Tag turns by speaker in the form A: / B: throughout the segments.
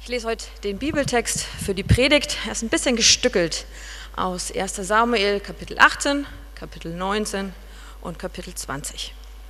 A: Ich lese heute den Bibeltext für die Predigt. Er ist ein bisschen gestückelt aus 1. Samuel, Kapitel 18, Kapitel 19 und Kapitel 20.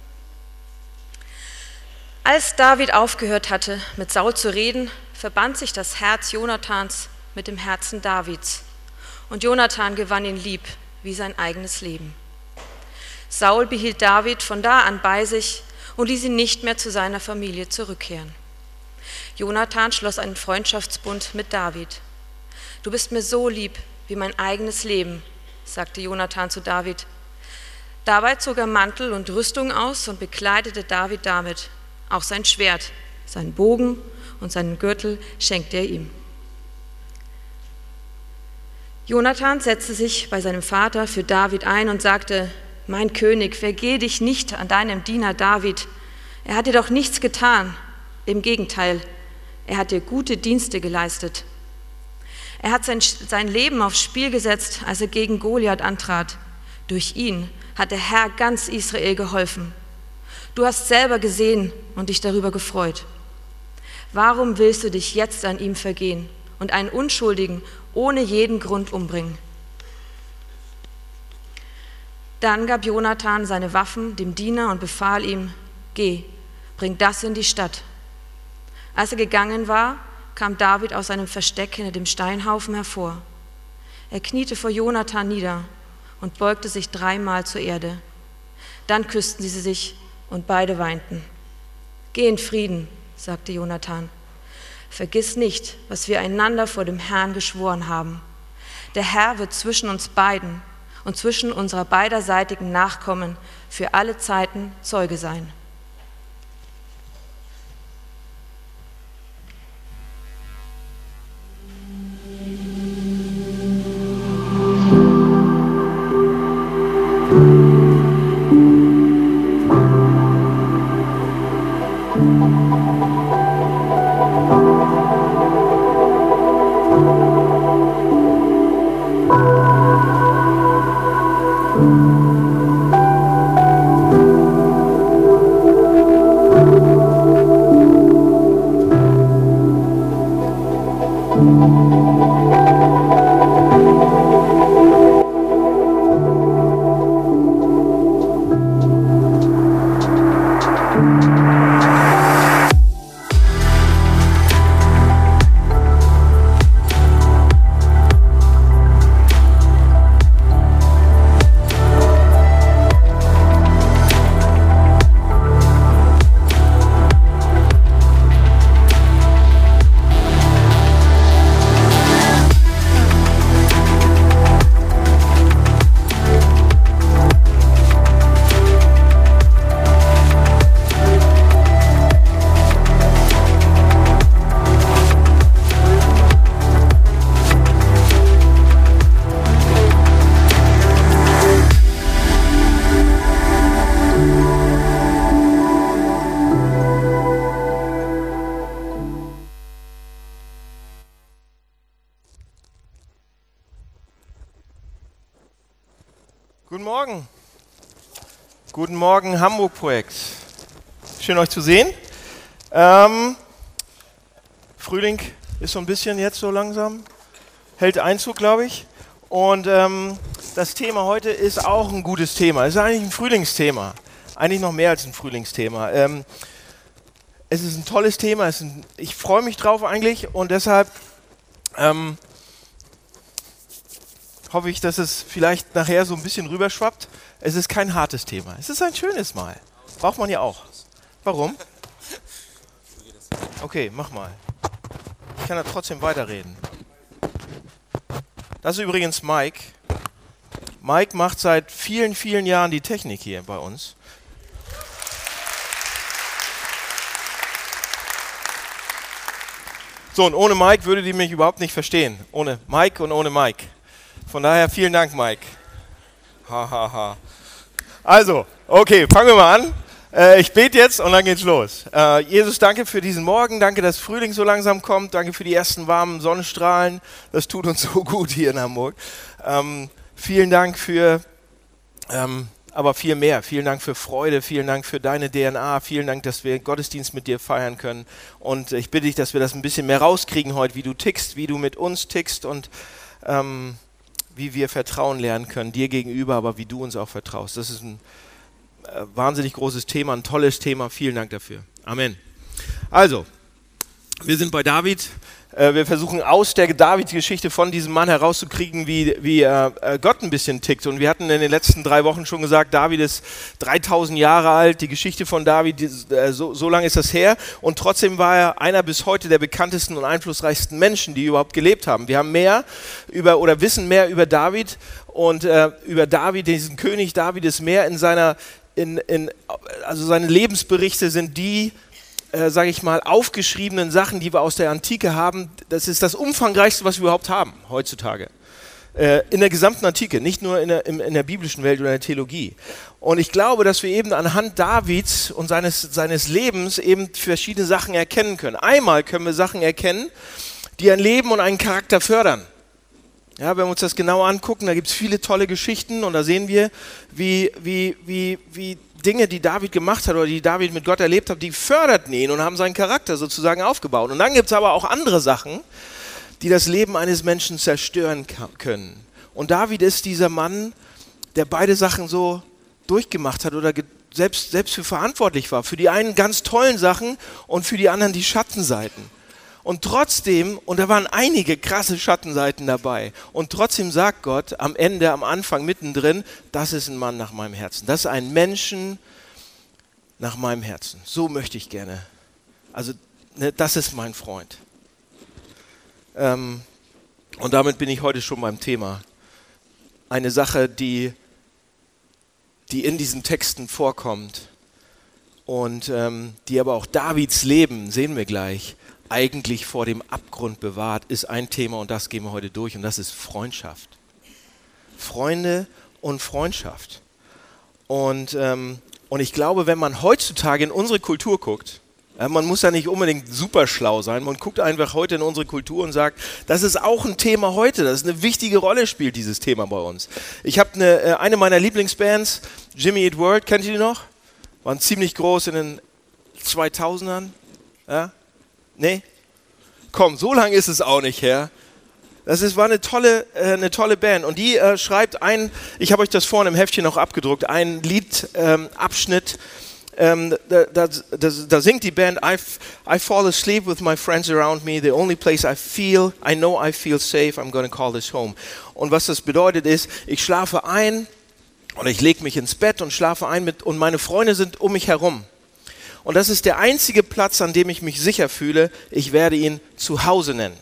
A: Als David aufgehört hatte, mit Saul zu reden, verband sich das Herz Jonathans mit dem Herzen Davids. Und Jonathan gewann ihn lieb wie sein eigenes Leben. Saul behielt David von da an bei sich und ließ ihn nicht mehr zu seiner Familie zurückkehren. Jonathan schloss einen Freundschaftsbund mit David. Du bist mir so lieb wie mein eigenes Leben, sagte Jonathan zu David. Dabei zog er Mantel und Rüstung aus und bekleidete David damit. Auch sein Schwert, seinen Bogen und seinen Gürtel schenkte er ihm. Jonathan setzte sich bei seinem Vater für David ein und sagte: Mein König, vergeh dich nicht an deinem Diener David. Er hat dir doch nichts getan. Im Gegenteil, er hat dir gute Dienste geleistet. Er hat sein Leben aufs Spiel gesetzt, als er gegen Goliath antrat. Durch ihn hat der Herr ganz Israel geholfen. Du hast selber gesehen und dich darüber gefreut. Warum willst du dich jetzt an ihm vergehen und einen Unschuldigen ohne jeden Grund umbringen? Dann gab Jonathan seine Waffen dem Diener und befahl ihm: Geh, bring das in die Stadt. Als er gegangen war, kam David aus seinem Versteck hinter dem Steinhaufen hervor. Er kniete vor Jonathan nieder und beugte sich 3-mal zur Erde. Dann küssten sie sich und beide weinten. Geh in Frieden, sagte Jonathan. Vergiss nicht, was wir einander vor dem Herrn geschworen haben. Der Herr wird zwischen uns beiden und zwischen unserer beiderseitigen Nachkommen für alle Zeiten Zeuge sein.
B: Guten Morgen, Hamburg-Projekt. Schön, euch zu sehen. Frühling ist so ein bisschen jetzt so langsam, hält Einzug, glaube ich. Und das Thema heute ist auch ein gutes Thema. Es ist eigentlich ein Frühlingsthema. Eigentlich noch mehr als ein Frühlingsthema. Es ist ein tolles Thema. Ich freue mich drauf eigentlich und deshalb hoffe ich, dass es vielleicht nachher so ein bisschen rüberschwappt. Es ist kein hartes Thema. Es ist ein schönes Mal. Braucht man ja auch. Warum? Okay, mach mal. Ich kann da trotzdem weiterreden. Das ist übrigens Mike. Mike macht seit vielen, vielen Jahren die Technik hier bei uns. So, und ohne Mike würdet ihr mich überhaupt nicht verstehen. Ohne Mike und ohne Mike. Von daher vielen Dank, Mike. Hahaha. Also, okay, fangen wir mal an. Ich bete jetzt und dann geht's los. Jesus, danke für diesen Morgen, danke, dass Frühling so langsam kommt, danke für die ersten warmen Sonnenstrahlen. Das tut uns so gut hier in Hamburg. Vielen Dank für aber viel mehr. Vielen Dank für Freude, vielen Dank für deine DNA, vielen Dank, dass wir Gottesdienst mit dir feiern können. Und ich bitte dich, dass wir das ein bisschen mehr rauskriegen heute, wie du tickst, wie du mit uns tickst und wie wir Vertrauen lernen können, dir gegenüber, aber wie du uns auch vertraust. Das ist ein wahnsinnig großes Thema, ein tolles Thema. Vielen Dank dafür. Amen. Also, wir sind bei David. Wir versuchen aus der Davids-Geschichte von diesem Mann herauszukriegen, wie Gott ein bisschen tickt. Und wir hatten in den letzten 3 Wochen schon gesagt, David ist 3000 Jahre alt, die Geschichte von David, so lange ist das her. Und trotzdem war er einer bis heute der bekanntesten und einflussreichsten Menschen, die überhaupt gelebt haben. Wir haben wissen mehr über David und über David, diesen König. David ist mehr also seine Lebensberichte sind die, sage ich mal, aufgeschriebenen Sachen, die wir aus der Antike haben. Das ist das umfangreichste, was wir überhaupt haben heutzutage. In der gesamten Antike, nicht nur in der biblischen Welt oder in der Theologie. Und ich glaube, dass wir eben anhand Davids und seines Lebens eben verschiedene Sachen erkennen können. Einmal können wir Sachen erkennen, die ein Leben und einen Charakter fördern. Ja, wenn wir uns das genau angucken, da gibt es viele tolle Geschichten und da sehen wir, wie Dinge, die David gemacht hat oder die David mit Gott erlebt hat, die förderten ihn und haben seinen Charakter sozusagen aufgebaut. Und dann gibt es aber auch andere Sachen, die das Leben eines Menschen zerstören können. Und David ist dieser Mann, der beide Sachen so durchgemacht hat oder selbst für verantwortlich war. Für die einen ganz tollen Sachen und für die anderen die Schattenseiten. Und trotzdem, und da waren einige krasse Schattenseiten dabei, und trotzdem sagt Gott am Ende, am Anfang, mittendrin, das ist ein Mann nach meinem Herzen. Das ist ein Menschen nach meinem Herzen. So möchte ich gerne. Also, das ist mein Freund. Und damit bin ich heute schon beim Thema. Eine Sache, die in diesen Texten vorkommt und die aber auch Davids Leben, sehen wir gleich, eigentlich vor dem Abgrund bewahrt, ist ein Thema und das gehen wir heute durch und das ist Freundschaft. Freunde und Freundschaft. Und ich glaube, wenn man heutzutage in unsere Kultur guckt, man muss ja nicht unbedingt super schlau sein, man guckt einfach heute in unsere Kultur und sagt, das ist auch ein Thema heute, das ist eine wichtige Rolle spielt dieses Thema bei uns. Ich habe eine meiner Lieblingsbands, Jimmy Eat World, kennt ihr die noch? Waren ziemlich groß in den 2000ern. Ja? Nee? Komm, so lange ist es auch nicht her. War eine tolle Band und die schreibt ich habe euch das vorhin im Heftchen noch abgedruckt, einen Liedabschnitt, da singt die Band, I fall asleep with my friends around me, the only place I know I feel safe, I'm gonna call this home. Und was das bedeutet ist, ich schlafe ein oder ich lege mich ins Bett und schlafe ein und meine Freunde sind um mich herum. Und das ist der einzige Platz, an dem ich mich sicher fühle. Ich werde ihn Zuhause nennen.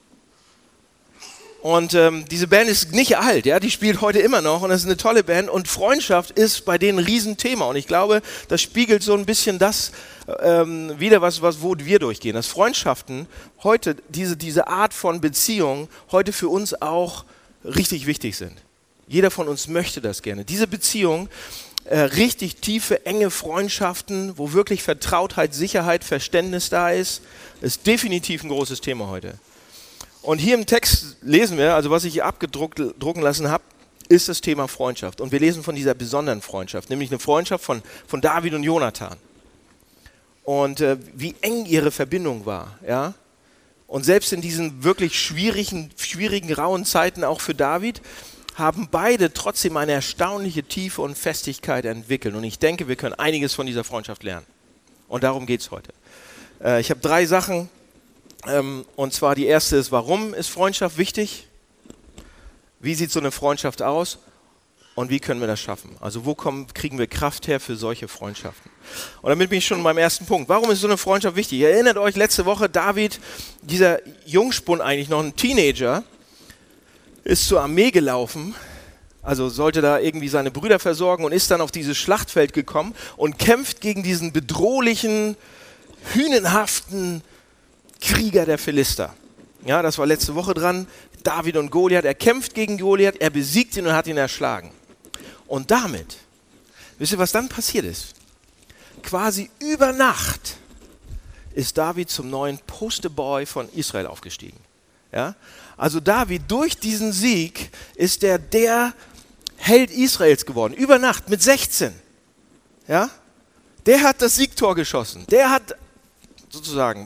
B: Und diese Band ist nicht alt, ja, die spielt heute immer noch und das ist eine tolle Band. Und Freundschaft ist bei denen ein Riesenthema. Und ich glaube, das spiegelt so ein bisschen das wider, wo wir durchgehen. Dass Freundschaften heute, diese Art von Beziehung, heute für uns auch richtig wichtig sind. Jeder von uns möchte das gerne. Diese Beziehung, richtig tiefe, enge Freundschaften, wo wirklich Vertrautheit, Sicherheit, Verständnis da ist definitiv ein großes Thema heute. Und hier im Text lesen wir, also was ich hier abgedrucken lassen habe, ist das Thema Freundschaft. Und wir lesen von dieser besonderen Freundschaft, nämlich eine Freundschaft von David und Jonathan. Und wie eng ihre Verbindung war. Ja? Und selbst in diesen wirklich schwierigen, rauen Zeiten auch für David, haben beide trotzdem eine erstaunliche Tiefe und Festigkeit entwickelt. Und ich denke, wir können einiges von dieser Freundschaft lernen. Und darum geht es heute. Ich habe 3 Sachen. Und zwar die erste ist, warum ist Freundschaft wichtig? Wie sieht so eine Freundschaft aus? Und wie können wir das schaffen? Also kriegen wir Kraft her für solche Freundschaften? Und damit bin ich schon beim ersten Punkt. Warum ist so eine Freundschaft wichtig? Ihr erinnert euch, letzte Woche David, dieser Jungspund eigentlich, noch ein Teenager, ist zur Armee gelaufen, also sollte da irgendwie seine Brüder versorgen und ist dann auf dieses Schlachtfeld gekommen und kämpft gegen diesen bedrohlichen, hünenhaften Krieger der Philister. Ja, das war letzte Woche dran. David und Goliath. Er kämpft gegen Goliath, er besiegt ihn und hat ihn erschlagen. Und damit, wisst ihr, was dann passiert ist? Quasi über Nacht ist David zum neuen Posterboy von Israel aufgestiegen. Ja? Also David, durch diesen Sieg ist der Held Israels geworden, über Nacht mit 16. Ja? Der hat das Siegtor geschossen. Der hat sozusagen,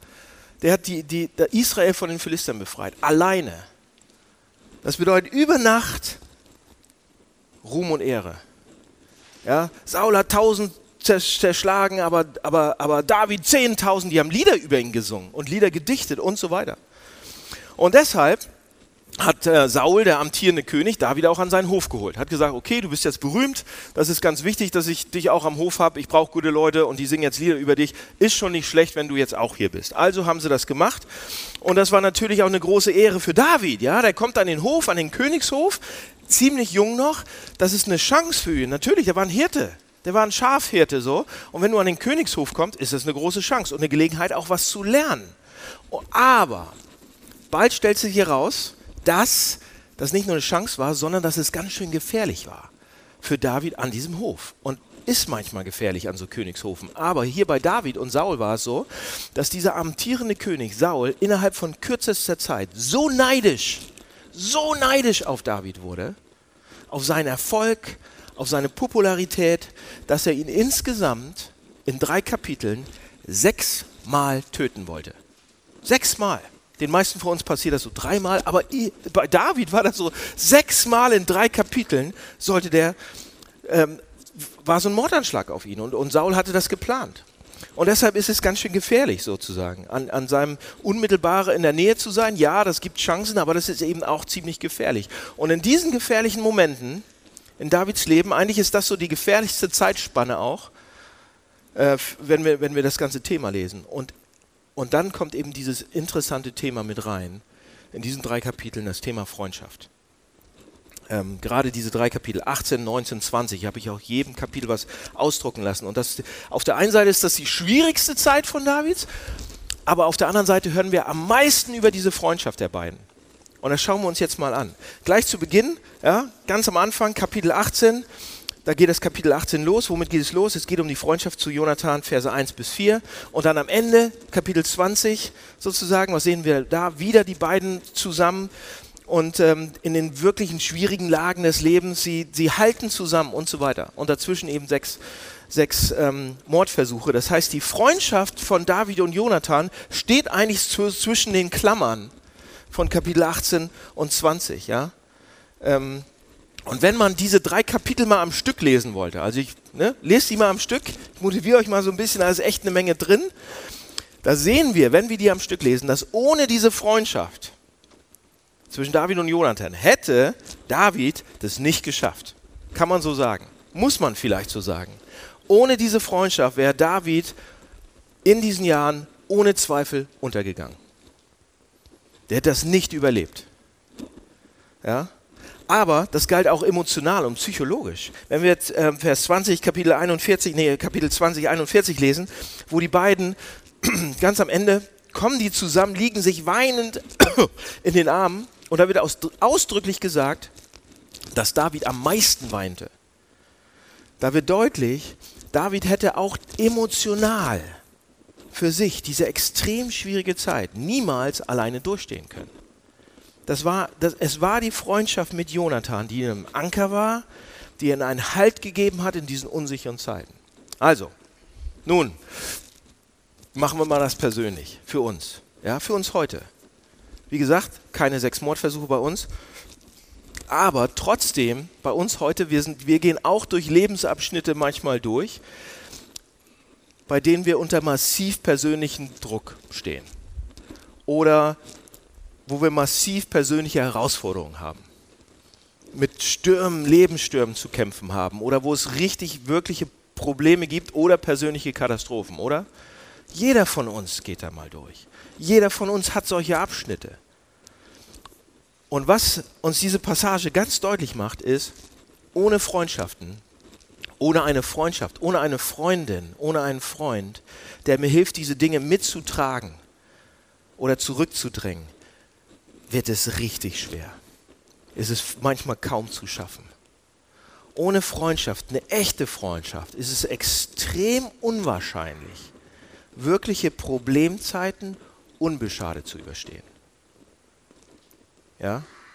B: Israel von den Philistern befreit. Alleine. Das bedeutet über Nacht Ruhm und Ehre. Ja? Saul hat 1000 zerschlagen, aber David 10.000, die haben Lieder über ihn gesungen und Lieder gedichtet und so weiter. Und deshalb hat Saul, der amtierende König, David auch an seinen Hof geholt. Hat gesagt, okay, du bist jetzt berühmt, das ist ganz wichtig, dass ich dich auch am Hof habe, ich brauche gute Leute und die singen jetzt Lieder über dich. Ist schon nicht schlecht, wenn du jetzt auch hier bist. Also haben sie das gemacht und das war natürlich auch eine große Ehre für David. Ja? Der kommt an den Hof, an den Königshof, ziemlich jung noch. Das ist eine Chance für ihn. Natürlich, der war ein Hirte. Der war ein Schafhirte so. Und wenn du an den Königshof kommst, ist das eine große Chance und eine Gelegenheit, auch was zu lernen. Aber bald stellt sich heraus, dass das nicht nur eine Chance war, sondern dass es ganz schön gefährlich war für David an diesem Hof. Und ist manchmal gefährlich an so Königshofen. Aber hier bei David und Saul war es so, dass dieser amtierende König Saul innerhalb von kürzester Zeit so neidisch auf David wurde, auf seinen Erfolg, auf seine Popularität, dass er ihn insgesamt in 3 Kapiteln 6-mal töten wollte. 6-mal. Den meisten von uns passiert das so 3-mal, aber bei David war das so 6-mal in 3 Kapiteln war so ein Mordanschlag auf ihn und Saul hatte das geplant. Und deshalb ist es ganz schön gefährlich sozusagen, an seinem Unmittelbaren in der Nähe zu sein. Ja, das gibt Chancen, aber das ist eben auch ziemlich gefährlich. Und in diesen gefährlichen Momenten in Davids Leben, eigentlich ist das so die gefährlichste Zeitspanne auch, wenn wir das ganze Thema lesen. Und dann kommt eben dieses interessante Thema mit rein, in diesen 3 Kapiteln, das Thema Freundschaft. Gerade diese 3 Kapitel, 18, 19, 20, habe ich auch jedem Kapitel was ausdrucken lassen. Und auf der einen Seite ist das die schwierigste Zeit von Davids, aber auf der anderen Seite hören wir am meisten über diese Freundschaft der beiden. Und das schauen wir uns jetzt mal an. Gleich zu Beginn, ja, ganz am Anfang, Kapitel 18, da geht das Kapitel 18 los. Womit geht es los? Es geht um die Freundschaft zu Jonathan, Verse 1 bis 4. Und dann am Ende, Kapitel 20 sozusagen, was sehen wir da? Wieder die beiden zusammen und in den wirklichen schwierigen Lagen des Lebens, sie halten zusammen und so weiter. Und dazwischen eben sechs Mordversuche. Das heißt, die Freundschaft von David und Jonathan steht eigentlich zwischen den Klammern von Kapitel 18 und 20, ja. Und wenn man diese 3 Kapitel mal am Stück lesen wollte, also lest die mal am Stück, ich motiviere euch mal so ein bisschen, da ist echt eine Menge drin, da sehen wir, wenn wir die am Stück lesen, dass ohne diese Freundschaft zwischen David und Jonathan hätte David das nicht geschafft. Kann man so sagen. Muss man vielleicht so sagen. Ohne diese Freundschaft wäre David in diesen Jahren ohne Zweifel untergegangen. Der hat das nicht überlebt. Ja? Aber das galt auch emotional und psychologisch. Wenn wir jetzt Kapitel 20, 41 lesen, wo die beiden ganz am Ende kommen die zusammen, liegen sich weinend in den Armen und da wird ausdrücklich gesagt, dass David am meisten weinte. Da wird deutlich, David hätte auch emotional für sich diese extrem schwierige Zeit niemals alleine durchstehen können. Es war die Freundschaft mit Jonathan, die ihm Anker war, die ihm einen Halt gegeben hat in diesen unsicheren Zeiten. Also, nun, machen wir mal das persönlich, für uns, ja, für uns heute. Wie gesagt, keine 6 Mordversuche bei uns, aber trotzdem, bei uns heute, wir gehen auch durch Lebensabschnitte manchmal durch, bei denen wir unter massiv persönlichen Druck stehen oder wo wir massiv persönliche Herausforderungen haben, mit Lebensstürmen zu kämpfen haben oder wo es richtig wirkliche Probleme gibt oder persönliche Katastrophen, oder? Jeder von uns geht da mal durch. Jeder von uns hat solche Abschnitte. Und was uns diese Passage ganz deutlich macht, ist, ohne Freundschaften, ohne eine Freundschaft, ohne eine Freundin, ohne einen Freund, der mir hilft, diese Dinge mitzutragen oder zurückzudrängen, wird es richtig schwer. Es ist manchmal kaum zu schaffen. Ohne Freundschaft, eine echte Freundschaft, ist es extrem unwahrscheinlich, wirkliche Problemzeiten unbeschadet zu überstehen. Ja?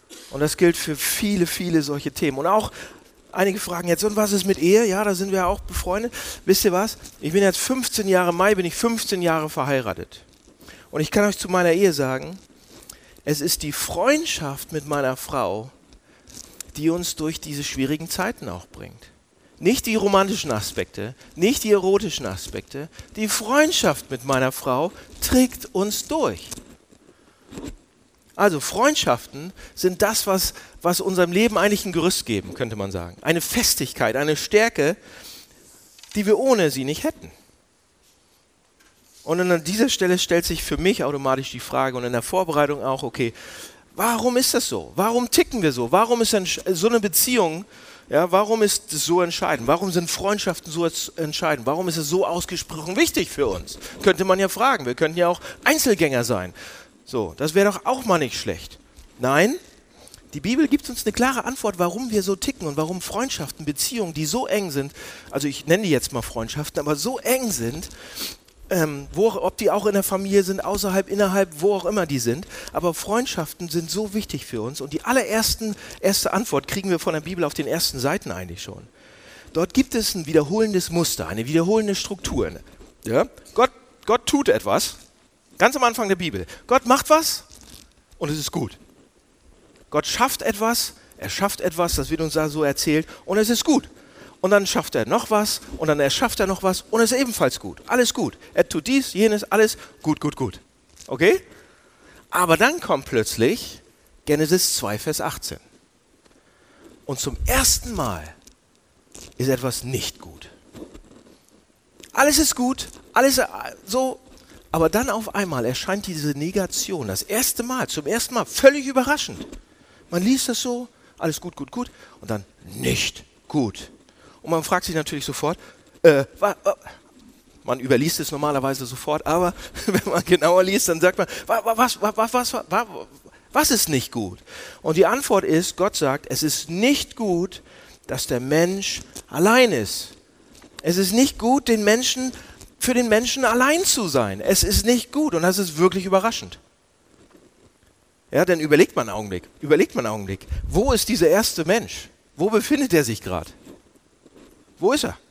B: Und das gilt für viele, viele solche Themen. Und auch einige fragen jetzt, und was ist mit Ehe? Ja, da sind wir ja auch befreundet. Wisst ihr was? Ich bin jetzt 15 Jahre, im Mai bin ich 15 Jahre verheiratet. Und ich kann euch zu meiner Ehe sagen, es ist die Freundschaft mit meiner Frau, die uns durch diese schwierigen Zeiten auch bringt. Nicht die romantischen Aspekte, nicht die erotischen Aspekte. Die Freundschaft mit meiner Frau trägt uns durch. Also Freundschaften sind das, was unserem Leben eigentlich ein Gerüst geben, könnte man sagen. Eine Festigkeit, eine Stärke, die wir ohne sie nicht hätten. Und an dieser Stelle stellt sich für mich automatisch die Frage und in der Vorbereitung auch, okay, warum ist das so? Warum ticken wir so? Warum ist so eine Beziehung, ja, warum ist es so entscheidend? Warum sind Freundschaften so entscheidend? Warum ist es so ausgesprochen wichtig für uns? Könnte man ja fragen. Wir könnten ja auch Einzelgänger sein. So, das wäre doch auch mal nicht schlecht. Nein, die Bibel gibt uns eine klare Antwort, warum wir so ticken und warum Freundschaften, Beziehungen, die so eng sind, also ich nenne die jetzt mal Freundschaften, aber so eng sind, ob die auch in der Familie sind, außerhalb, innerhalb, wo auch immer die sind. Aber Freundschaften sind so wichtig für uns. Und die erste Antwort kriegen wir von der Bibel auf den ersten Seiten eigentlich schon. Dort gibt es ein wiederholendes Muster, eine wiederholende Struktur. Ja? Gott tut etwas, ganz am Anfang der Bibel. Gott macht was und es ist gut. Gott schafft etwas, er schafft etwas, das wird uns da so erzählt, und es ist gut. Und dann schafft er noch was und dann erschafft er noch was und es ist ebenfalls gut. Alles gut. Er tut dies, jenes, alles gut, gut, gut. Okay? Aber dann kommt plötzlich Genesis 2, Vers 18. Und zum ersten Mal ist etwas nicht gut. Alles ist gut, alles so, aber dann auf einmal erscheint diese Negation, zum ersten Mal, völlig überraschend. Man liest das so, alles gut, gut, gut, und dann nicht gut. Und man fragt sich natürlich sofort, man überliest es normalerweise sofort, aber wenn man genauer liest, dann sagt man, was ist nicht gut? Und die Antwort ist, Gott sagt, es ist nicht gut, dass der Mensch allein ist. Es ist nicht gut, für den Menschen allein zu sein. Es ist nicht gut und das ist wirklich überraschend. Ja, denn überlegt mal einen Augenblick. Wo ist dieser erste Mensch? Wo befindet er sich gerade? Wo ist er?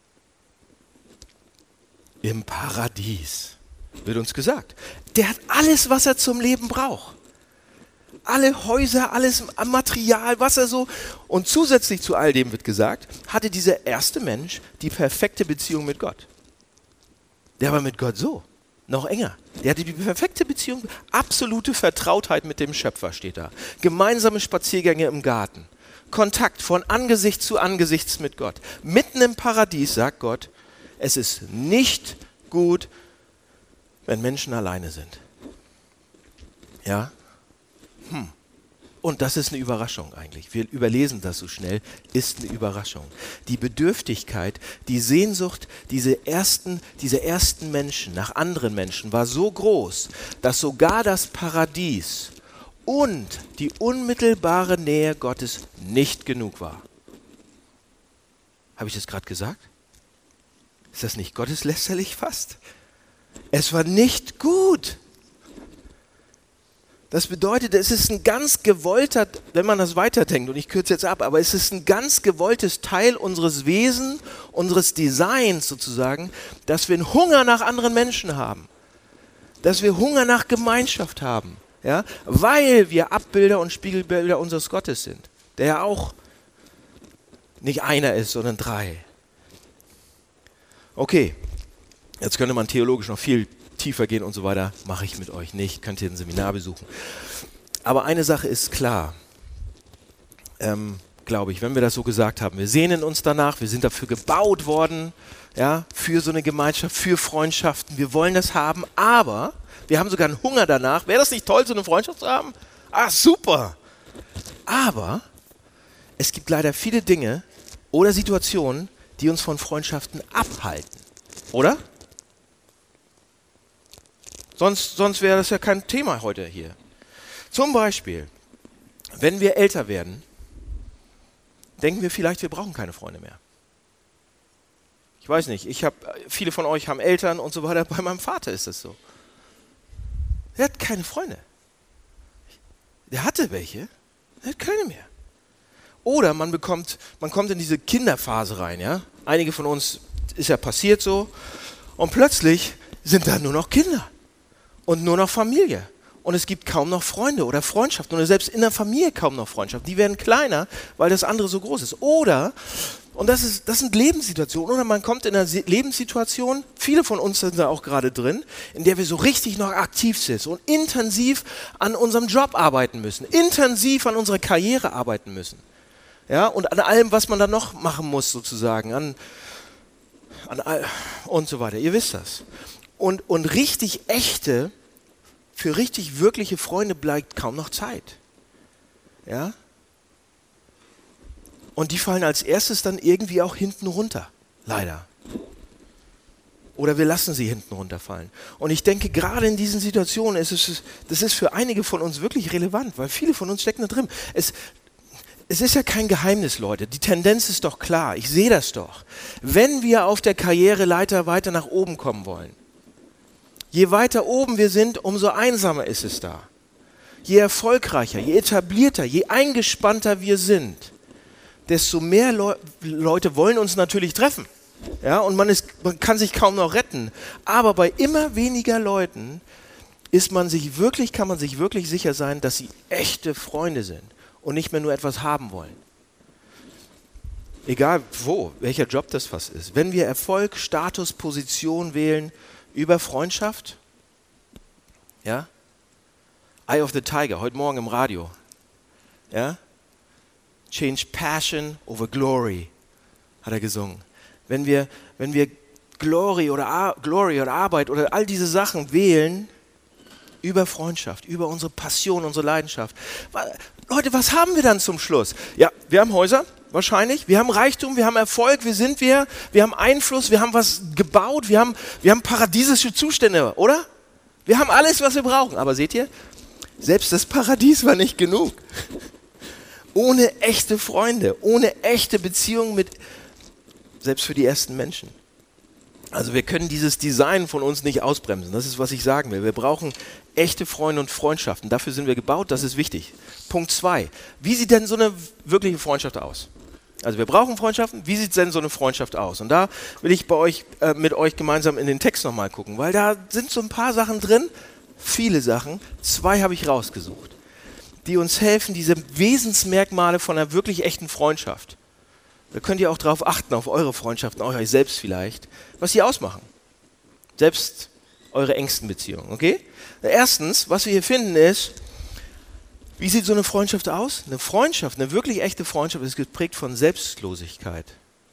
B: Im Paradies, wird uns gesagt. Der hat alles, was er zum Leben braucht. Alle Häuser, alles Material, was er so. Und zusätzlich zu all dem wird gesagt, hatte dieser erste Mensch die perfekte Beziehung mit Gott. Der war mit Gott so, noch enger. Der hatte die perfekte Beziehung, absolute Vertrautheit mit dem Schöpfer steht da. Gemeinsame Spaziergänge im Garten. Kontakt von Angesicht zu Angesicht mit Gott. Mitten im Paradies sagt Gott, es ist nicht gut, wenn Menschen alleine sind. Ja? Und das ist eine Überraschung eigentlich. Wir überlesen das so schnell, ist eine Überraschung. Die Bedürftigkeit, die Sehnsucht, diese ersten Menschen nach anderen Menschen war so groß, dass sogar das Paradies und die unmittelbare Nähe Gottes nicht genug war. Habe ich das gerade gesagt? Ist das nicht gotteslästerlich fast? Es war nicht gut. Das bedeutet, es ist ein ganz gewollter, wenn man das weiterdenkt, und ich kürze jetzt ab, aber es ist ein ganz gewolltes Teil unseres Wesens, unseres Designs sozusagen, dass wir einen Hunger nach anderen Menschen haben. Dass wir Hunger nach Gemeinschaft haben. Ja, weil wir Abbilder und Spiegelbilder unseres Gottes sind, der ja auch nicht einer ist, sondern drei. Okay, jetzt könnte man theologisch noch viel tiefer gehen und so weiter, mache ich mit euch nicht, könnt ihr ein Seminar besuchen. Aber eine Sache ist klar, glaube ich, wenn wir das so gesagt haben, wir sehnen uns danach, wir sind dafür gebaut worden, ja, für so eine Gemeinschaft, für Freundschaften, wir wollen das haben, aber wir haben sogar einen Hunger danach. Wäre das nicht toll, so eine Freundschaft zu haben? Ah, super! Aber es gibt leider viele Dinge oder Situationen, die uns von Freundschaften abhalten. Oder? Sonst wäre das ja kein Thema heute hier. Zum Beispiel, wenn wir älter werden, denken wir vielleicht, wir brauchen keine Freunde mehr. Ich weiß nicht, viele von euch haben Eltern und so weiter. Bei meinem Vater ist das so. Er hat keine Freunde. Der hatte welche, Er hat keine mehr. Oder man kommt in diese Kinderphase rein, ja. Einige von uns ist ja passiert so. Und plötzlich sind da nur noch Kinder und nur noch Familie. Und es gibt kaum noch Freunde oder Freundschaften. Oder selbst in der Familie kaum noch Freundschaften. Die werden kleiner, weil das andere so groß ist. Oder, und das sind Lebenssituationen, oder man kommt in einer Lebenssituation, viele von uns sind da auch gerade drin, in der wir so richtig noch aktiv sind und intensiv an unserem Job arbeiten müssen, intensiv an unserer Karriere arbeiten müssen. Ja, und an allem, was man da noch machen muss, sozusagen, und so weiter. Ihr wisst das. Und richtig echte, für richtig wirkliche Freunde bleibt kaum noch Zeit. Ja? Und die fallen als erstes dann irgendwie auch hinten runter, leider. Oder wir lassen sie hinten runterfallen. Und ich denke, gerade in diesen Situationen das ist für einige von uns wirklich relevant, weil viele von uns stecken da drin. Es ist ja kein Geheimnis, Leute. Die Tendenz ist doch klar. Ich sehe das doch. Wenn wir auf der Karriereleiter weiter nach oben kommen wollen, je weiter oben wir sind, umso einsamer ist es da. Je erfolgreicher, je etablierter, je eingespannter wir sind, desto mehr Leute wollen uns natürlich treffen. Ja, und man kann sich kaum noch retten. Aber bei immer weniger Leuten kann man sich wirklich sicher sein, dass sie echte Freunde sind und nicht mehr nur etwas haben wollen. Egal welcher Job das fast ist. Wenn wir Erfolg, Status, Position wählen über Freundschaft, ja, Eye of the Tiger, heute Morgen im Radio, ja, Change Passion over Glory, hat er gesungen. Wenn wir Glory oder Arbeit oder all diese Sachen wählen über Freundschaft, über unsere Passion, unsere Leidenschaft. Leute, was haben wir dann zum Schluss? Ja, wir haben Häuser, wahrscheinlich. Wir haben Reichtum, wir haben Erfolg, wir haben Einfluss, wir haben was gebaut, wir haben paradiesische Zustände, oder? Wir haben alles, was wir brauchen. Aber seht ihr, selbst das Paradies war nicht genug. Ohne echte Freunde, ohne echte Beziehungen selbst für die ersten Menschen. Also wir können dieses Design von uns nicht ausbremsen. Das ist, was ich sagen will. Wir brauchen echte Freunde und Freundschaften. Dafür sind wir gebaut, das ist wichtig. Punkt 2. Wie sieht denn so eine wirkliche Freundschaft aus? Also wir brauchen Freundschaften. Wie sieht denn so eine Freundschaft aus? Und da will ich mit euch gemeinsam in den Text nochmal gucken, weil da sind so ein paar Sachen drin, viele Sachen. 2 habe ich rausgesucht, die uns helfen, diese Wesensmerkmale von einer wirklich echten Freundschaft. Da könnt ihr auch darauf achten, auf eure Freundschaften, auch euch selbst vielleicht, was sie ausmachen. Selbst eure engsten Beziehungen, okay? Erstens, was wir hier finden ist, wie sieht so eine Freundschaft aus? Eine Freundschaft, eine wirklich echte Freundschaft ist geprägt von Selbstlosigkeit.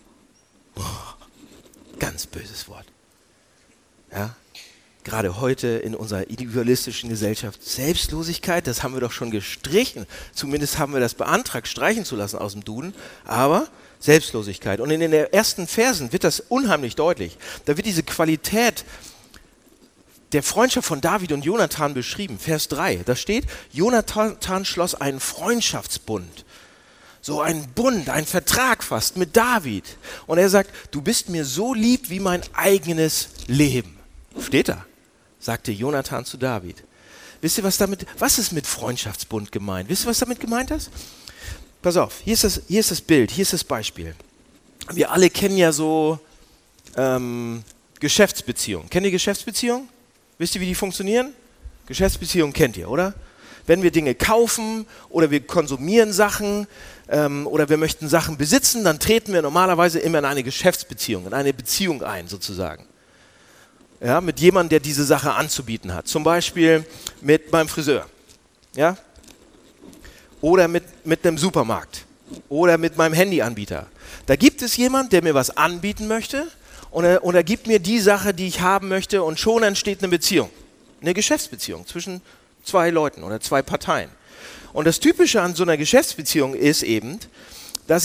B: Ganz böses Wort. Ja? Gerade heute in unserer individualistischen Gesellschaft. Selbstlosigkeit, das haben wir doch schon gestrichen. Zumindest haben wir das beantragt, streichen zu lassen aus dem Duden. Aber Selbstlosigkeit. Und in den ersten Versen wird das unheimlich deutlich. Da wird diese Qualität der Freundschaft von David und Jonathan beschrieben. Vers 3, da steht, Jonathan schloss einen Freundschaftsbund. So ein Bund, ein Vertrag fast mit David. Und er sagt, du bist mir so lieb wie mein eigenes Leben. Steht da, sagte Jonathan zu David. Wisst ihr, was ist mit Freundschaftsbund gemeint? Wisst ihr, was damit gemeint ist? Pass auf, hier ist das Bild, hier ist das Beispiel. Wir alle kennen ja so Geschäftsbeziehungen. Kennt ihr Geschäftsbeziehungen? Wisst ihr, wie die funktionieren? Geschäftsbeziehungen kennt ihr, oder? Wenn wir Dinge kaufen oder wir konsumieren Sachen oder wir möchten Sachen besitzen, dann treten wir normalerweise immer in eine Geschäftsbeziehung, in eine Beziehung ein sozusagen. Ja, mit jemandem, der diese Sache anzubieten hat. Zum Beispiel mit meinem Friseur. Ja? Oder mit einem Supermarkt. Oder mit meinem Handyanbieter. Da gibt es jemanden, der mir was anbieten möchte und er gibt mir die Sache, die ich haben möchte und schon entsteht eine Beziehung. Eine Geschäftsbeziehung zwischen 2 Leuten oder 2 Parteien. Und das Typische an so einer Geschäftsbeziehung ist eben, dass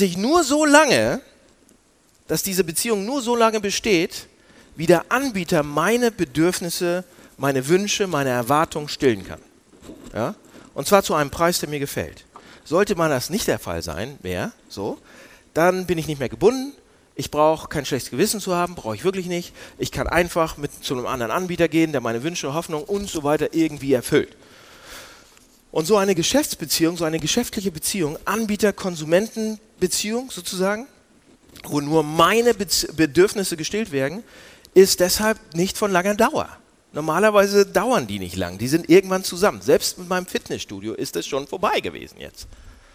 B: diese Beziehung nur so lange besteht, wie der Anbieter meine Bedürfnisse, meine Wünsche, meine Erwartungen stillen kann. Ja? Und zwar zu einem Preis, der mir gefällt. Sollte mal das nicht der Fall sein, dann bin ich nicht mehr gebunden. Ich brauche kein schlechtes Gewissen zu haben, brauche ich wirklich nicht. Ich kann einfach zu einem anderen Anbieter gehen, der meine Wünsche, Hoffnungen und so weiter irgendwie erfüllt. Und so eine Geschäftsbeziehung, so eine geschäftliche Beziehung, Anbieter-Konsumenten-Beziehung sozusagen, wo nur meine Bedürfnisse gestillt werden, ist deshalb nicht von langer Dauer. Normalerweise dauern die nicht lang, die sind irgendwann zusammen. Selbst mit meinem Fitnessstudio ist es schon vorbei gewesen jetzt.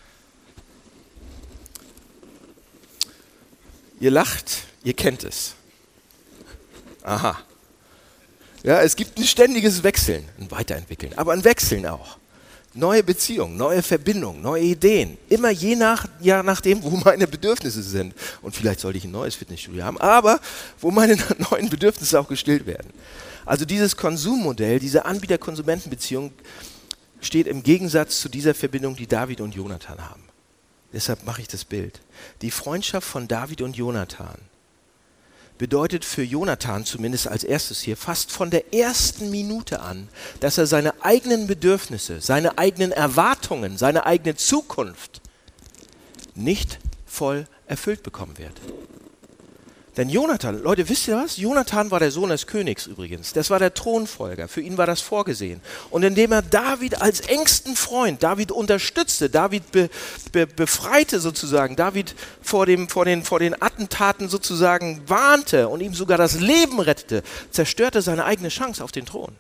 B: Ihr lacht, ihr kennt es. Aha. Ja, es gibt ein ständiges Wechseln, ein Weiterentwickeln, aber ein Wechseln auch. Neue Beziehungen, neue Verbindungen, neue Ideen. Immer je nachdem, wo meine Bedürfnisse sind. Und vielleicht sollte ich ein neues Fitnessstudio haben, aber wo meine neuen Bedürfnisse auch gestillt werden. Also dieses Konsummodell, diese Anbieter-Konsumenten-Beziehung steht im Gegensatz zu dieser Verbindung, die David und Jonathan haben. Deshalb mache ich das Bild. Die Freundschaft von David und Jonathan bedeutet für Jonathan zumindest als erstes hier fast von der ersten Minute an, dass er seine eigenen Bedürfnisse, seine eigenen Erwartungen, seine eigene Zukunft nicht voll erfüllt bekommen wird. Denn Jonathan, Leute, wisst ihr was? Jonathan war der Sohn des Königs übrigens. Das war der Thronfolger. Für ihn war das vorgesehen. Und indem er David als engsten Freund, David unterstützte, David befreite sozusagen, David vor den Attentaten sozusagen warnte und ihm sogar das Leben rettete, zerstörte seine eigene Chance auf den Thron.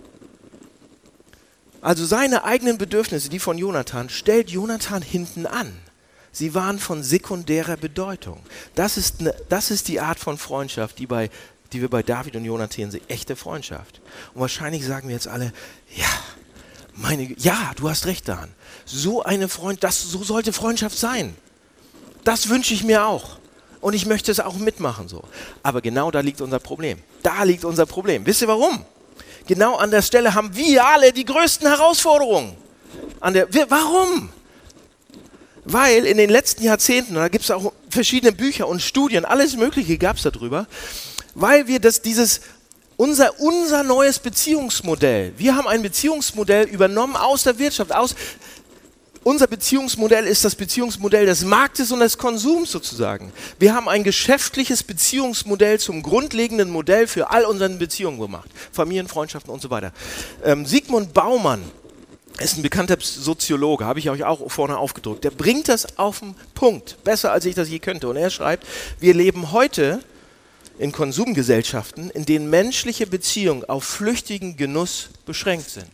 B: Also seine eigenen Bedürfnisse, die von Jonathan, stellt Jonathan hinten an. Sie waren von sekundärer Bedeutung. Das ist die Art von Freundschaft, die wir bei David und Jonathan sehen. Echte Freundschaft. Und wahrscheinlich sagen wir jetzt alle, ja, du hast recht daran. So sollte Freundschaft sein. Das wünsche ich mir auch. Und ich möchte es auch mitmachen so. Aber genau da liegt unser Problem. Da liegt unser Problem. Wisst ihr warum? Genau an der Stelle haben wir alle die größten Herausforderungen. Warum? Weil in den letzten Jahrzehnten, da gibt es auch verschiedene Bücher und Studien, alles Mögliche gab es darüber, weil wir unser neues Beziehungsmodell, wir haben ein Beziehungsmodell übernommen aus der Wirtschaft, unser Beziehungsmodell ist das Beziehungsmodell des Marktes und des Konsums sozusagen. Wir haben ein geschäftliches Beziehungsmodell zum grundlegenden Modell für all unsere Beziehungen gemacht, Familien, Freundschaften und so weiter. Sigmund Baumann ist ein bekannter Soziologe, habe ich euch auch vorne aufgedrückt. Der bringt das auf den Punkt, besser als ich das je könnte. Und er schreibt, wir leben heute in Konsumgesellschaften, in denen menschliche Beziehungen auf flüchtigen Genuss beschränkt sind.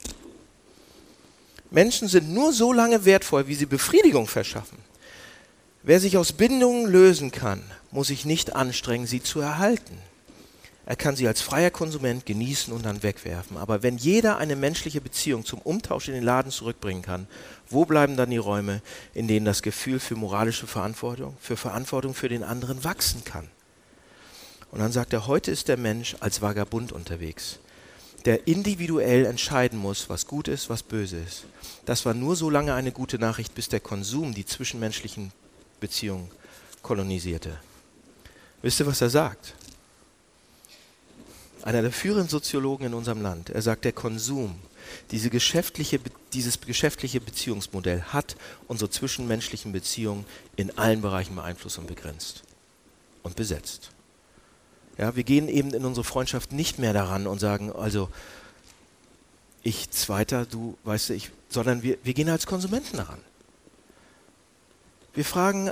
B: Menschen sind nur so lange wertvoll, wie sie Befriedigung verschaffen. Wer sich aus Bindungen lösen kann, muss sich nicht anstrengen, sie zu erhalten. Er kann sie als freier Konsument genießen und dann wegwerfen. Aber wenn jeder eine menschliche Beziehung zum Umtausch in den Laden zurückbringen kann, wo bleiben dann die Räume, in denen das Gefühl für moralische Verantwortung für den anderen wachsen kann? Und dann sagt er, heute ist der Mensch als Vagabund unterwegs, der individuell entscheiden muss, was gut ist, was böse ist. Das war nur so lange eine gute Nachricht, bis der Konsum die zwischenmenschlichen Beziehungen kolonisierte. Wisst ihr, was er sagt? Einer der führenden Soziologen in unserem Land, er sagt, der Konsum, dieses geschäftliche Beziehungsmodell hat unsere zwischenmenschlichen Beziehungen in allen Bereichen beeinflusst und begrenzt und besetzt. Ja, wir gehen eben in unsere Freundschaft nicht mehr daran und sagen, also ich Zweiter, du, weißt du, sondern wir gehen als Konsumenten daran. Wir fragen,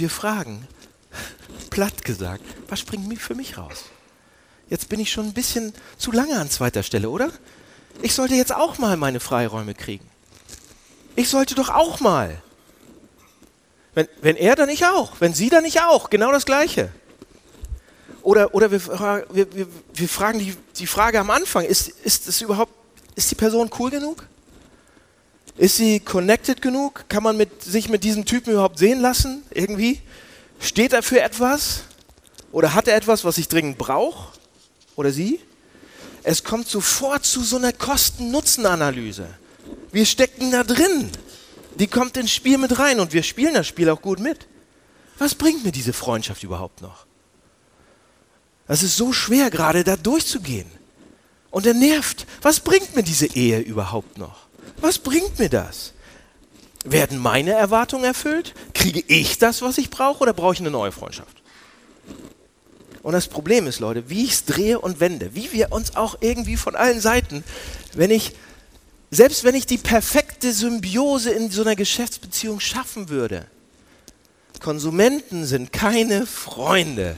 B: platt gesagt, was springt für mich raus? Jetzt bin ich schon ein bisschen zu lange an zweiter Stelle, oder? Ich sollte jetzt auch mal meine Freiräume kriegen. Ich sollte doch auch mal. Wenn er, dann ich auch. Wenn sie, dann ich auch. Genau das Gleiche. Oder wir fragen die Frage am Anfang, ist die Person cool genug? Ist sie connected genug? Kann man sich mit diesem Typen überhaupt sehen lassen? Irgendwie? Steht er für etwas? Oder hat er etwas, was ich dringend brauche? Oder sie? Es kommt sofort zu so einer Kosten-Nutzen-Analyse. Wir stecken da drin. Die kommt ins Spiel mit rein und wir spielen das Spiel auch gut mit. Was bringt mir diese Freundschaft überhaupt noch? Das ist so schwer, gerade da durchzugehen. Und er nervt. Was bringt mir diese Ehe überhaupt noch? Was bringt mir das? Werden meine Erwartungen erfüllt? Kriege ich das, was ich brauche, oder brauche ich eine neue Freundschaft? Und das Problem ist, Leute, wie ich es drehe und wende, wie wir uns auch irgendwie von allen Seiten, wenn ich selbst wenn ich die perfekte Symbiose in so einer Geschäftsbeziehung schaffen würde, Konsumenten sind keine Freunde.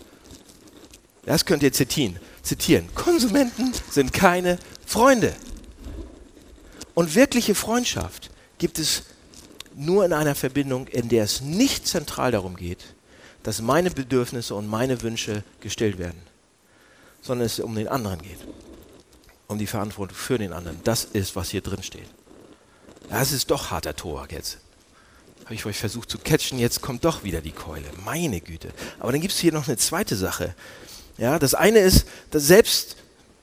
B: Das könnt ihr zitieren. Konsumenten sind keine Freunde. Und wirkliche Freundschaft gibt es nur in einer Verbindung, in der es nicht zentral darum geht, dass meine Bedürfnisse und meine Wünsche gestillt werden, sondern es um den anderen geht, um die Verantwortung für den anderen. Das ist, was hier drin steht. Das ist doch harter Tobak jetzt. Habe ich euch versucht zu catchen, jetzt kommt doch wieder die Keule. Meine Güte. Aber dann gibt es hier noch eine zweite Sache. Ja, das eine ist, dass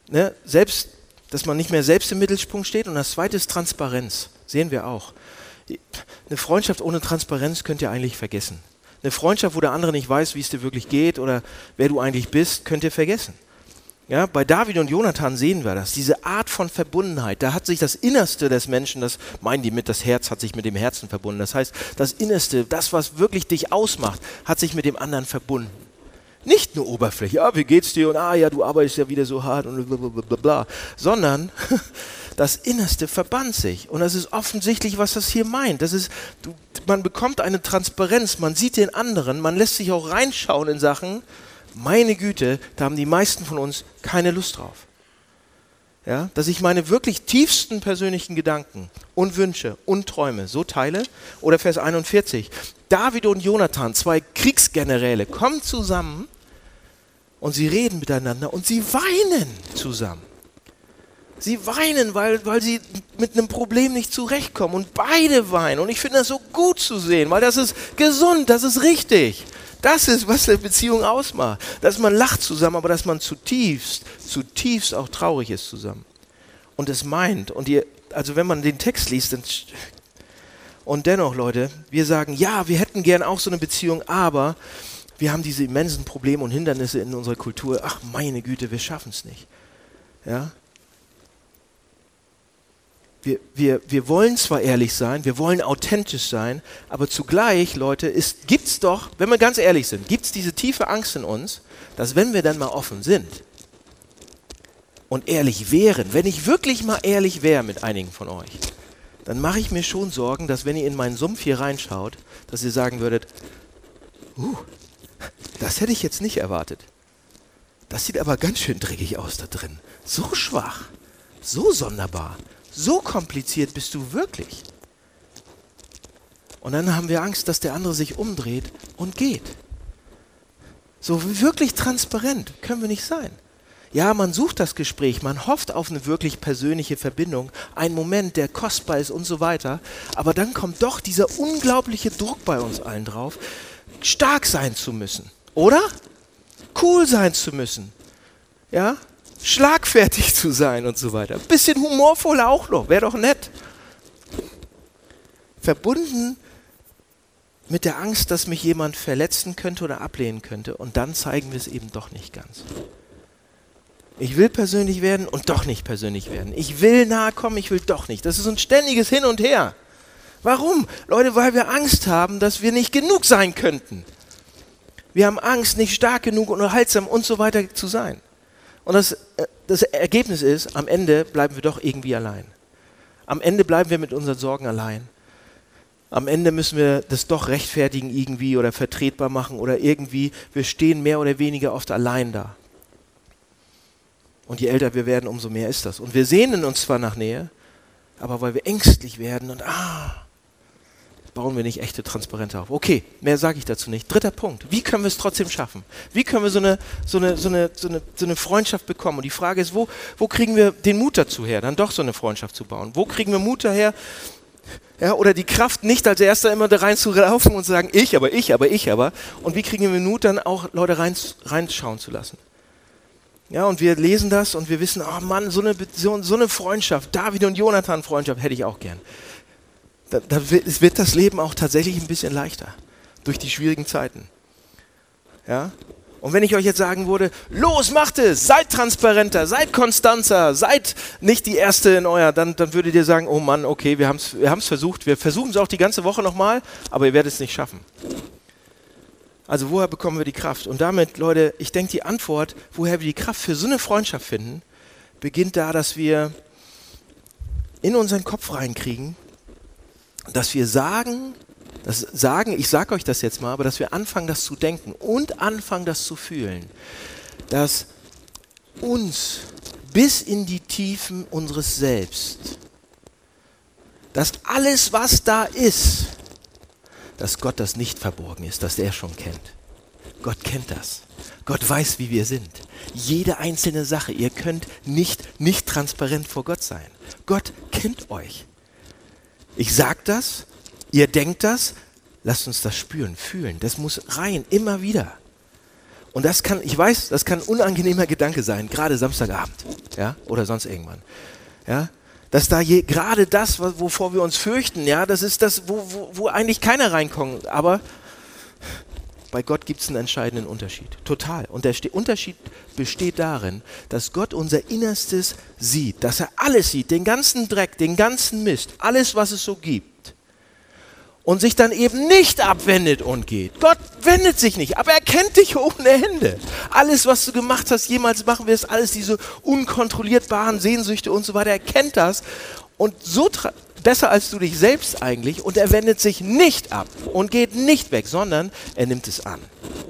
B: dass man nicht mehr selbst im Mittelpunkt steht, und das zweite ist Transparenz. Sehen wir auch. Eine Freundschaft ohne Transparenz könnt ihr eigentlich vergessen. Eine Freundschaft, wo der andere nicht weiß, wie es dir wirklich geht oder wer du eigentlich bist, könnt ihr vergessen. Ja, bei David und Jonathan sehen wir das, diese Art von Verbundenheit. Da hat sich das Innerste des Menschen, das meinen die mit, das Herz hat sich mit dem Herzen verbunden. Das heißt, das Innerste, das, was wirklich dich ausmacht, hat sich mit dem anderen verbunden. Nicht nur Oberfläche, ja, wie geht's dir und ja, du arbeitest ja wieder so hart und blablabla, sondern das Innerste verband sich. Und das ist offensichtlich, was das hier meint. Das ist, man bekommt eine Transparenz, man sieht den anderen, man lässt sich auch reinschauen in Sachen. Meine Güte, da haben die meisten von uns keine Lust drauf. Ja, dass ich meine wirklich tiefsten persönlichen Gedanken und Wünsche und Träume so teile. Oder Vers 41, David und Jonathan, zwei Kriegsgeneräle, kommen zusammen und sie reden miteinander und sie weinen zusammen. Sie weinen, weil sie mit einem Problem nicht zurechtkommen, und beide weinen. Und ich finde das so gut zu sehen, weil das ist gesund, das ist richtig. Das ist, was eine Beziehung ausmacht. Dass man lacht zusammen, aber dass man zutiefst auch traurig ist zusammen. Und es meint, also wenn man den Text liest, und dennoch, Leute, wir sagen, ja, wir hätten gern auch so eine Beziehung, aber wir haben diese immensen Probleme und Hindernisse in unserer Kultur. Ach, meine Güte, wir schaffen es nicht. Ja? Wir wollen zwar ehrlich sein, wir wollen authentisch sein, aber zugleich, Leute, gibt es doch, wenn wir ganz ehrlich sind, gibt es diese tiefe Angst in uns, dass wenn wir dann mal offen sind und ehrlich wären, wenn ich wirklich mal ehrlich wäre mit einigen von euch, dann mache ich mir schon Sorgen, dass wenn ihr in meinen Sumpf hier reinschaut, dass ihr sagen würdet, das hätte ich jetzt nicht erwartet. Das sieht aber ganz schön dreckig aus da drin. So schwach, so sonderbar. So kompliziert bist du wirklich. Und dann haben wir Angst, dass der andere sich umdreht und geht. So wirklich transparent können wir nicht sein. Ja, man sucht das Gespräch, man hofft auf eine wirklich persönliche Verbindung, einen Moment, der kostbar ist und so weiter. Aber dann kommt doch dieser unglaubliche Druck bei uns allen drauf, stark sein zu müssen, oder? Cool sein zu müssen. Ja? Schlagfertig zu sein und so weiter. Ein bisschen humorvoll auch noch, wäre doch nett. Verbunden mit der Angst, dass mich jemand verletzen könnte oder ablehnen könnte, und dann zeigen wir es eben doch nicht ganz. Ich will persönlich werden und doch nicht persönlich werden. Ich will nahe kommen, ich will doch nicht. Das ist ein ständiges Hin und Her. Warum? Leute, weil wir Angst haben, dass wir nicht genug sein könnten. Wir haben Angst, nicht stark genug und erhaltsam und so weiter zu sein. Und das Ergebnis ist, am Ende bleiben wir doch irgendwie allein. Am Ende bleiben wir mit unseren Sorgen allein. Am Ende müssen wir das doch rechtfertigen irgendwie oder vertretbar machen oder irgendwie, wir stehen mehr oder weniger oft allein da. Und je älter wir werden, umso mehr ist das. Und wir sehnen uns zwar nach Nähe, aber weil wir ängstlich werden und bauen wir nicht echte Transparente auf. Okay, mehr sage ich dazu nicht. Dritter Punkt. Wie können wir es trotzdem schaffen? Wie können wir so eine Freundschaft bekommen? Und die Frage ist, wo kriegen wir den Mut dazu her, dann doch so eine Freundschaft zu bauen? Wo kriegen wir Mut daher? Ja, oder die Kraft, nicht als Erster immer da reinzulaufen und zu sagen, ich aber. Und wie kriegen wir Mut, dann auch Leute reinschauen zu lassen? Ja, und wir lesen das und wir wissen, oh Mann, so eine Freundschaft, David und Jonathan Freundschaft hätte ich auch gern. Es wird das Leben auch tatsächlich ein bisschen leichter durch die schwierigen Zeiten. Ja? Und wenn ich euch jetzt sagen würde, los, macht es, seid transparenter, seid konstanter, seid nicht die Erste in dann würdet ihr sagen, oh Mann, okay, wir haben es versucht, wir versuchen es auch die ganze Woche nochmal, aber ihr werdet es nicht schaffen. Also woher bekommen wir die Kraft? Und damit, Leute, ich denke, die Antwort, woher wir die Kraft für so eine Freundschaft finden, beginnt da, dass wir in unseren Kopf reinkriegen, dass wir sagen, ich sage euch das jetzt mal, aber dass wir anfangen, das zu denken und anfangen, das zu fühlen, dass uns bis in die Tiefen unseres Selbst, dass alles, was da ist, dass Gott das nicht verborgen ist, dass er schon kennt. Gott kennt das. Gott weiß, wie wir sind. Jede einzelne Sache. Ihr könnt nicht transparent vor Gott sein. Gott kennt euch. Ich sage das, ihr denkt das, lasst uns das spüren, fühlen. Das muss rein, immer wieder. Und das kann, ich weiß, das kann ein unangenehmer Gedanke sein, gerade Samstagabend, ja, oder sonst irgendwann. Ja, dass da gerade das, wovor wir uns fürchten, ja, das ist das, wo eigentlich keiner reinkommt. Aber bei Gott gibt es einen entscheidenden Unterschied. Total. Und der Unterschied besteht darin, dass Gott unser Innerstes sieht, dass er alles sieht, den ganzen Dreck, den ganzen Mist, alles, was es so gibt. Und sich dann eben nicht abwendet und geht. Gott wendet sich nicht, aber er kennt dich ohne Ende. Alles, was du gemacht hast, jemals machen wirst, alles diese unkontrollierbaren Sehnsüchte und so weiter, er kennt das. Und so besser als du dich selbst eigentlich. Und er wendet sich nicht ab und geht nicht weg, sondern er nimmt es an.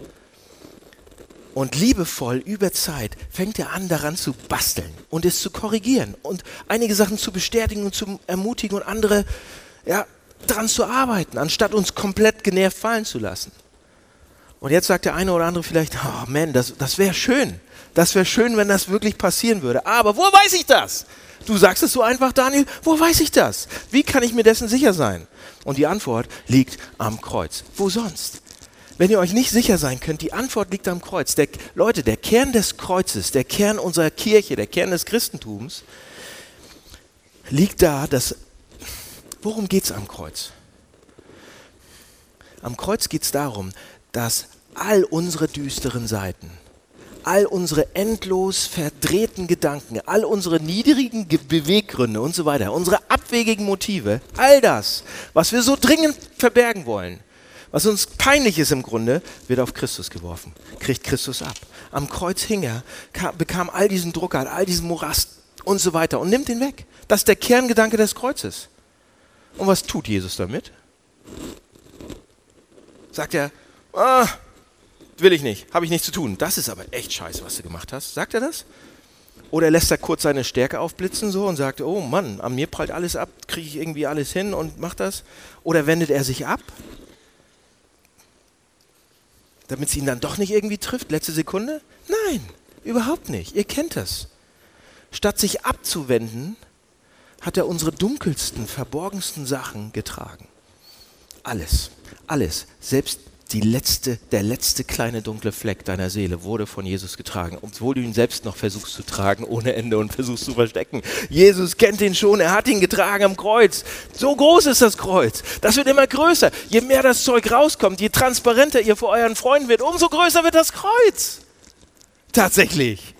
B: Und liebevoll über Zeit fängt er an, daran zu basteln und es zu korrigieren und einige Sachen zu bestätigen und zu ermutigen und andere, ja, daran zu arbeiten, anstatt uns komplett genervt fallen zu lassen. Und jetzt sagt der eine oder andere vielleicht, oh man, das wäre schön. Das wäre schön, wenn das wirklich passieren würde. Aber wo weiß ich das? Du sagst es so einfach, Daniel, wo weiß ich das? Wie kann ich mir dessen sicher sein? Und die Antwort liegt am Kreuz. Wo sonst? Wenn ihr euch nicht sicher sein könnt, die Antwort liegt am Kreuz. Leute, der Kern des Kreuzes, der Kern unserer Kirche, der Kern des Christentums liegt da, dass worum geht es am Kreuz? Am Kreuz geht es darum, dass all unsere düsteren Seiten, all unsere endlos verdrehten Gedanken, all unsere niedrigen Beweggründe und so weiter, unsere abwegigen Motive, all das, was wir so dringend verbergen wollen, was uns peinlich ist im Grunde, wird auf Christus geworfen, kriegt Christus ab. Am Kreuz hing er, bekam all diesen Druck, all diesen Morast und so weiter und nimmt ihn weg. Das ist der Kerngedanke des Kreuzes. Und was tut Jesus damit? Sagt er, will ich nicht, habe ich nichts zu tun. Das ist aber echt scheiße, was du gemacht hast. Sagt er das? Oder lässt er kurz seine Stärke aufblitzen so und sagt, oh Mann, an mir prallt alles ab, kriege ich irgendwie alles hin und macht das? Oder wendet er sich ab? Damit es ihn dann doch nicht irgendwie trifft, letzte Sekunde? Nein, überhaupt nicht. Ihr kennt das. Statt sich abzuwenden, hat er unsere dunkelsten, verborgensten Sachen getragen. Alles, selbst der letzte kleine dunkle Fleck deiner Seele wurde von Jesus getragen, obwohl du ihn selbst noch versuchst zu tragen ohne Ende und versuchst zu verstecken. Jesus kennt ihn schon, er hat ihn getragen am Kreuz. So groß ist das Kreuz, das wird immer größer. Je mehr das Zeug rauskommt, je transparenter ihr vor euren Freunden wird, umso größer wird das Kreuz. Tatsächlich.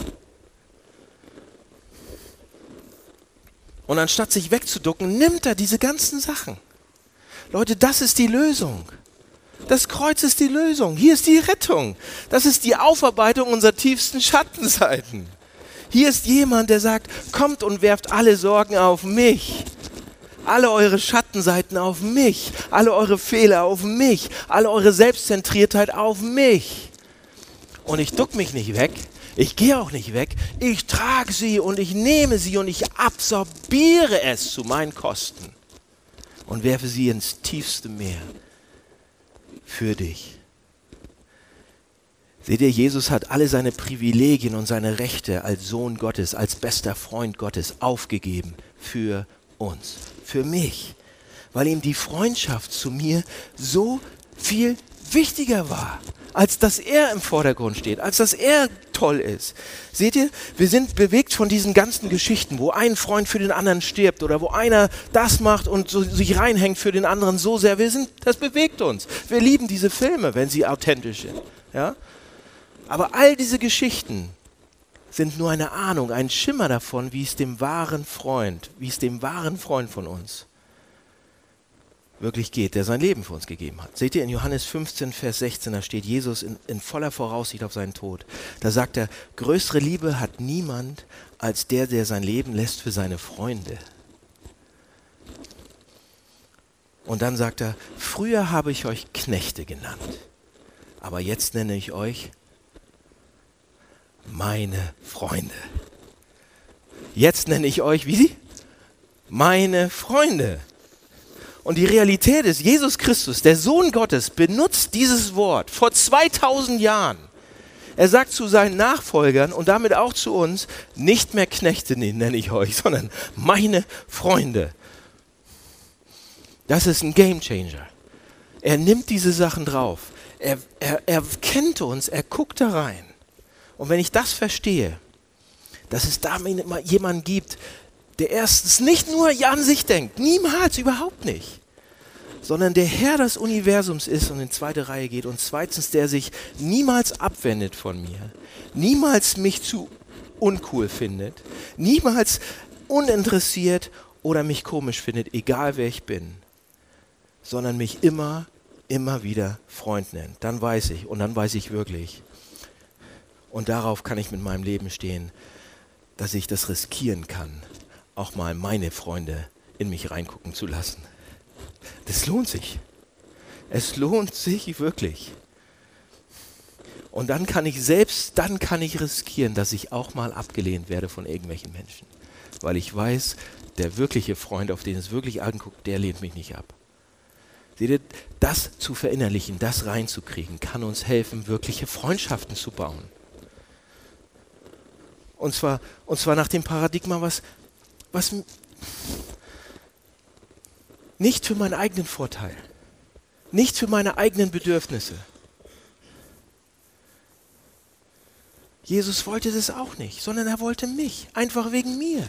B: Und anstatt sich wegzuducken, nimmt er diese ganzen Sachen. Leute, das ist die Lösung. Das Kreuz ist die Lösung. Hier ist die Rettung. Das ist die Aufarbeitung unserer tiefsten Schattenseiten. Hier ist jemand, der sagt, kommt und werft alle Sorgen auf mich. Alle eure Schattenseiten auf mich. Alle eure Fehler auf mich. Alle eure Selbstzentriertheit auf mich. Und ich duck mich nicht weg. Ich gehe auch nicht weg, ich trage sie und ich nehme sie und ich absorbiere es zu meinen Kosten und werfe sie ins tiefste Meer für dich. Seht ihr, Jesus hat alle seine Privilegien und seine Rechte als Sohn Gottes, als bester Freund Gottes aufgegeben für uns, für mich, weil ihm die Freundschaft zu mir so viel wichtiger war, als dass er im Vordergrund steht, als dass er toll ist. Seht ihr, wir sind bewegt von diesen ganzen Geschichten, wo ein Freund für den anderen stirbt oder wo einer das macht und so sich reinhängt für den anderen so sehr. Das bewegt uns. Wir lieben diese Filme, wenn sie authentisch sind. Ja? Aber all diese Geschichten sind nur eine Ahnung, ein Schimmer davon, wie es dem wahren Freund von uns wirklich geht, der sein Leben für uns gegeben hat. Seht ihr in Johannes 15, Vers 16, da steht Jesus in voller Voraussicht auf seinen Tod. Da sagt er, größere Liebe hat niemand als der sein Leben lässt für seine Freunde. Und dann sagt er, früher habe ich euch Knechte genannt, aber jetzt nenne ich euch meine Freunde. Jetzt nenne ich euch, wie? Meine Freunde. Und die Realität ist, Jesus Christus, der Sohn Gottes, benutzt dieses Wort vor 2000 Jahren. Er sagt zu seinen Nachfolgern und damit auch zu uns, nicht mehr Knechte nenne ich euch, sondern meine Freunde. Das ist ein Gamechanger. Er nimmt diese Sachen drauf. Er kennt uns, er guckt da rein. Und wenn ich das verstehe, dass es da jemanden gibt, der erstens nicht nur an sich denkt, niemals, überhaupt nicht, sondern der Herr des Universums ist und in zweite Reihe geht und zweitens, der sich niemals abwendet von mir, niemals mich zu uncool findet, niemals uninteressiert oder mich komisch findet, egal wer ich bin, sondern mich immer wieder Freund nennt. Dann weiß ich und dann weiß ich wirklich. Und darauf kann ich mit meinem Leben stehen, dass ich das riskieren kann, auch mal meine Freunde in mich reingucken zu lassen. Das lohnt sich. Es lohnt sich wirklich. Und dann kann ich riskieren, dass ich auch mal abgelehnt werde von irgendwelchen Menschen. Weil ich weiß, der wirkliche Freund, auf den es wirklich anguckt, der lehnt mich nicht ab. Seht ihr, das zu verinnerlichen, das reinzukriegen, kann uns helfen, wirkliche Freundschaften zu bauen. Und zwar nach dem Paradigma, was nicht für meinen eigenen Vorteil, nicht für meine eigenen Bedürfnisse. Jesus wollte das auch nicht, sondern er wollte mich, einfach wegen mir.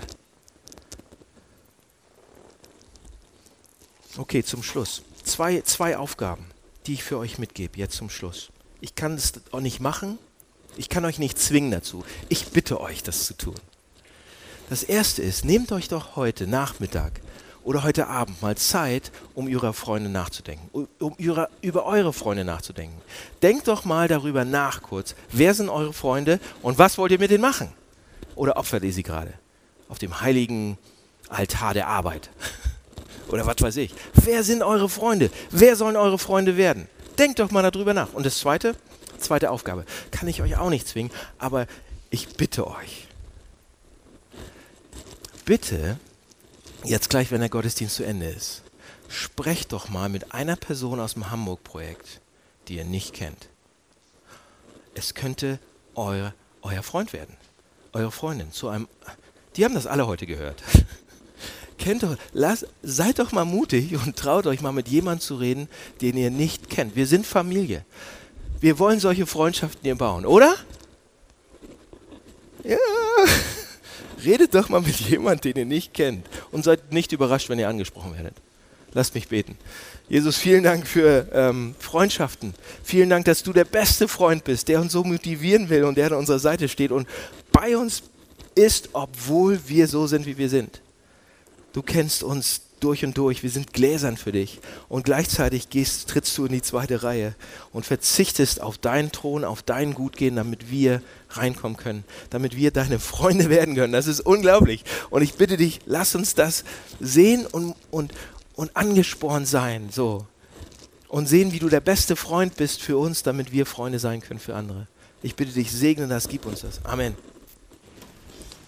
B: Okay, zum Schluss. Zwei Aufgaben, die ich für euch mitgebe, jetzt zum Schluss. Ich kann es auch nicht machen, ich kann euch nicht zwingen dazu. Ich bitte euch, das zu tun. Das erste ist, nehmt euch doch heute Nachmittag oder heute Abend mal Zeit, um über Freunde nachzudenken, über eure Freunde nachzudenken. Denkt doch mal darüber nach kurz, wer sind eure Freunde und was wollt ihr mit denen machen? Oder opfert ihr sie gerade auf dem heiligen Altar der Arbeit? Oder was weiß ich. Wer sind eure Freunde? Wer sollen eure Freunde werden? Denkt doch mal darüber nach. Und das zweite Aufgabe, kann ich euch auch nicht zwingen, aber ich bitte euch. Bitte, jetzt gleich, wenn der Gottesdienst zu Ende ist, sprecht doch mal mit einer Person aus dem Hamburg-Projekt, die ihr nicht kennt. Es könnte euer Freund werden, eure Freundin. Die haben das alle heute gehört. Seid doch mal mutig und traut euch mal mit jemandem zu reden, den ihr nicht kennt. Wir sind Familie. Wir wollen solche Freundschaften hier bauen, oder? Ja. Redet doch mal mit jemandem, den ihr nicht kennt. Und seid nicht überrascht, wenn ihr angesprochen werdet. Lasst mich beten. Jesus, vielen Dank für Freundschaften. Vielen Dank, dass du der beste Freund bist, der uns so motivieren will und der an unserer Seite steht und bei uns ist, obwohl wir so sind, wie wir sind. Du kennst uns durch und durch, wir sind gläsern für dich und gleichzeitig trittst du in die zweite Reihe und verzichtest auf deinen Thron, auf dein Gutgehen, damit wir reinkommen können, damit wir deine Freunde werden können. Das ist unglaublich und ich bitte dich, lass uns das sehen und angespornt sein so und sehen, wie du der beste Freund bist für uns, damit wir Freunde sein können für andere. Ich bitte dich, segne das, gib uns das. Amen.